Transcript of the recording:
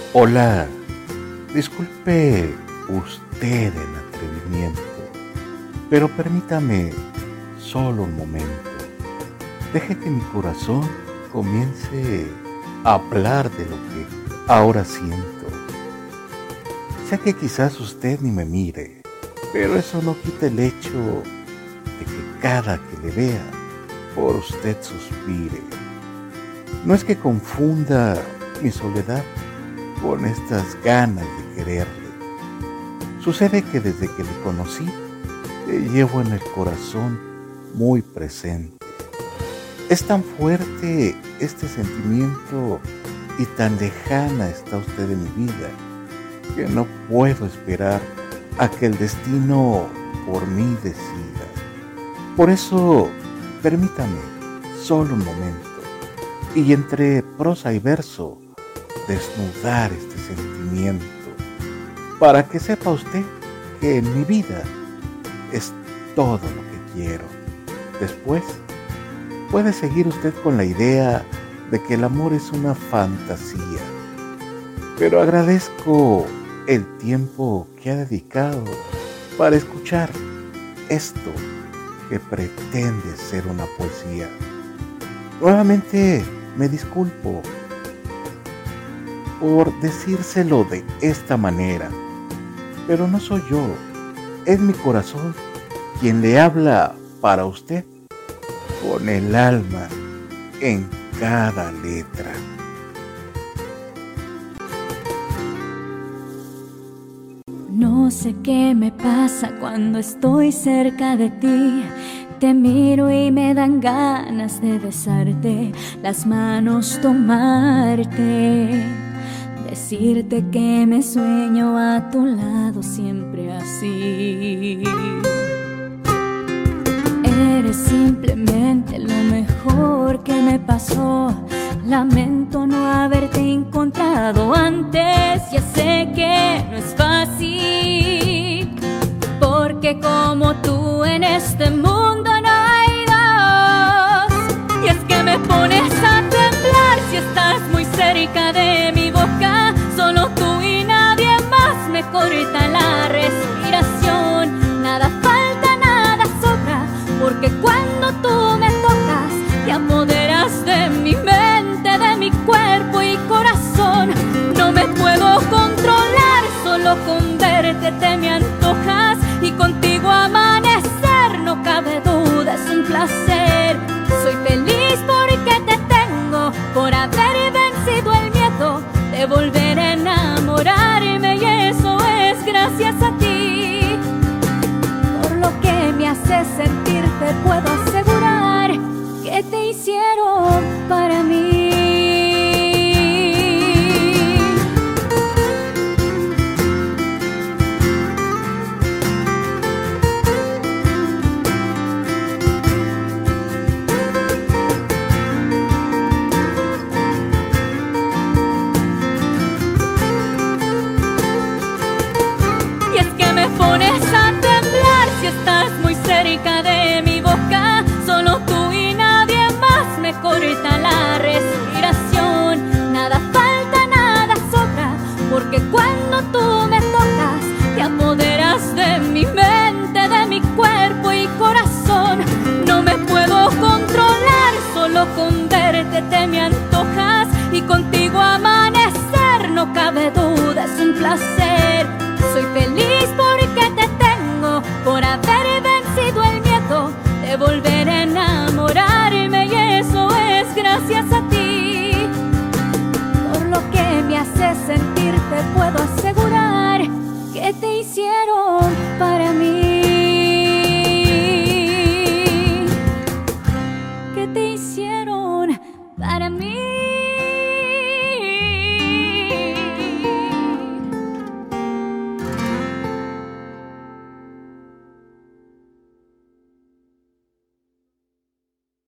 Hola, disculpe usted el atrevimiento, pero permítame solo un momento. Deje que mi corazón comience a hablar de lo que ahora siento. Sé que quizás usted ni me mire, pero eso no quita el hecho de que cada que le vea, por usted suspire. No es que confunda mi soledad con estas ganas de quererle. Sucede que desde que le conocí, le llevo en el corazón muy presente. Es tan fuerte este sentimiento y tan lejana está usted en mi vida que no puedo esperar a que el destino por mí decida. Por eso, permítame solo un momento y entre prosa y verso desnudar este sentimiento para que sepa usted que en mi vida es todo lo que quiero. Después puede seguir usted con la idea de que el amor es una fantasía, pero agradezco el tiempo que ha dedicado para escuchar esto que pretende ser una poesía. Nuevamente me disculpo por decírselo de esta manera, pero no soy yo, es mi corazón quien le habla para usted con el alma en cada letra. No sé qué me pasa cuando estoy cerca de ti. Te miro y me dan ganas de besarte, las manos tomarte, decirte que me sueño a tu lado siempre así. Eres simplemente lo mejor que me pasó. Lamento no haberte encontrado antes. Ya sé que no es fácil, porque como tú en este mundo no hay dos. Y es que me pones a temblar si estás muy cerca de mi boca. Solo tú y nadie más me corta la respiración. Nada falta, nada sobra, porque cuando tú me tocas te apoderas de mi mente, de mi cuerpo y corazón. No me puedo controlar, solo con verte te me antojas. Y contigo amanecer, no cabe duda, es un placer. Soy feliz porque te tengo, por haber vencido el miedo de volver a enamorarme. Y eso es gracias a ti. Por lo que me haces sentir, te puedo asegurar que te hicieron para mí. Pones a temblar si estás muy cerca de mi boca. Solo tú y nadie más me corta la respiración. Nada falta, nada sobra, porque cuando tú me tocas te apoderas de mi mente, de mi cuerpo y corazón. No me puedo controlar, solo con verte te me antojas. Y contigo amanecer, no cabe duda, es un placer. Soy feliz porque te tengo, por haber vencido el miedo de volver a enamorarme. Y eso es gracias a ti. Por lo que me haces sentir, te puedo asegurar que te hicieron para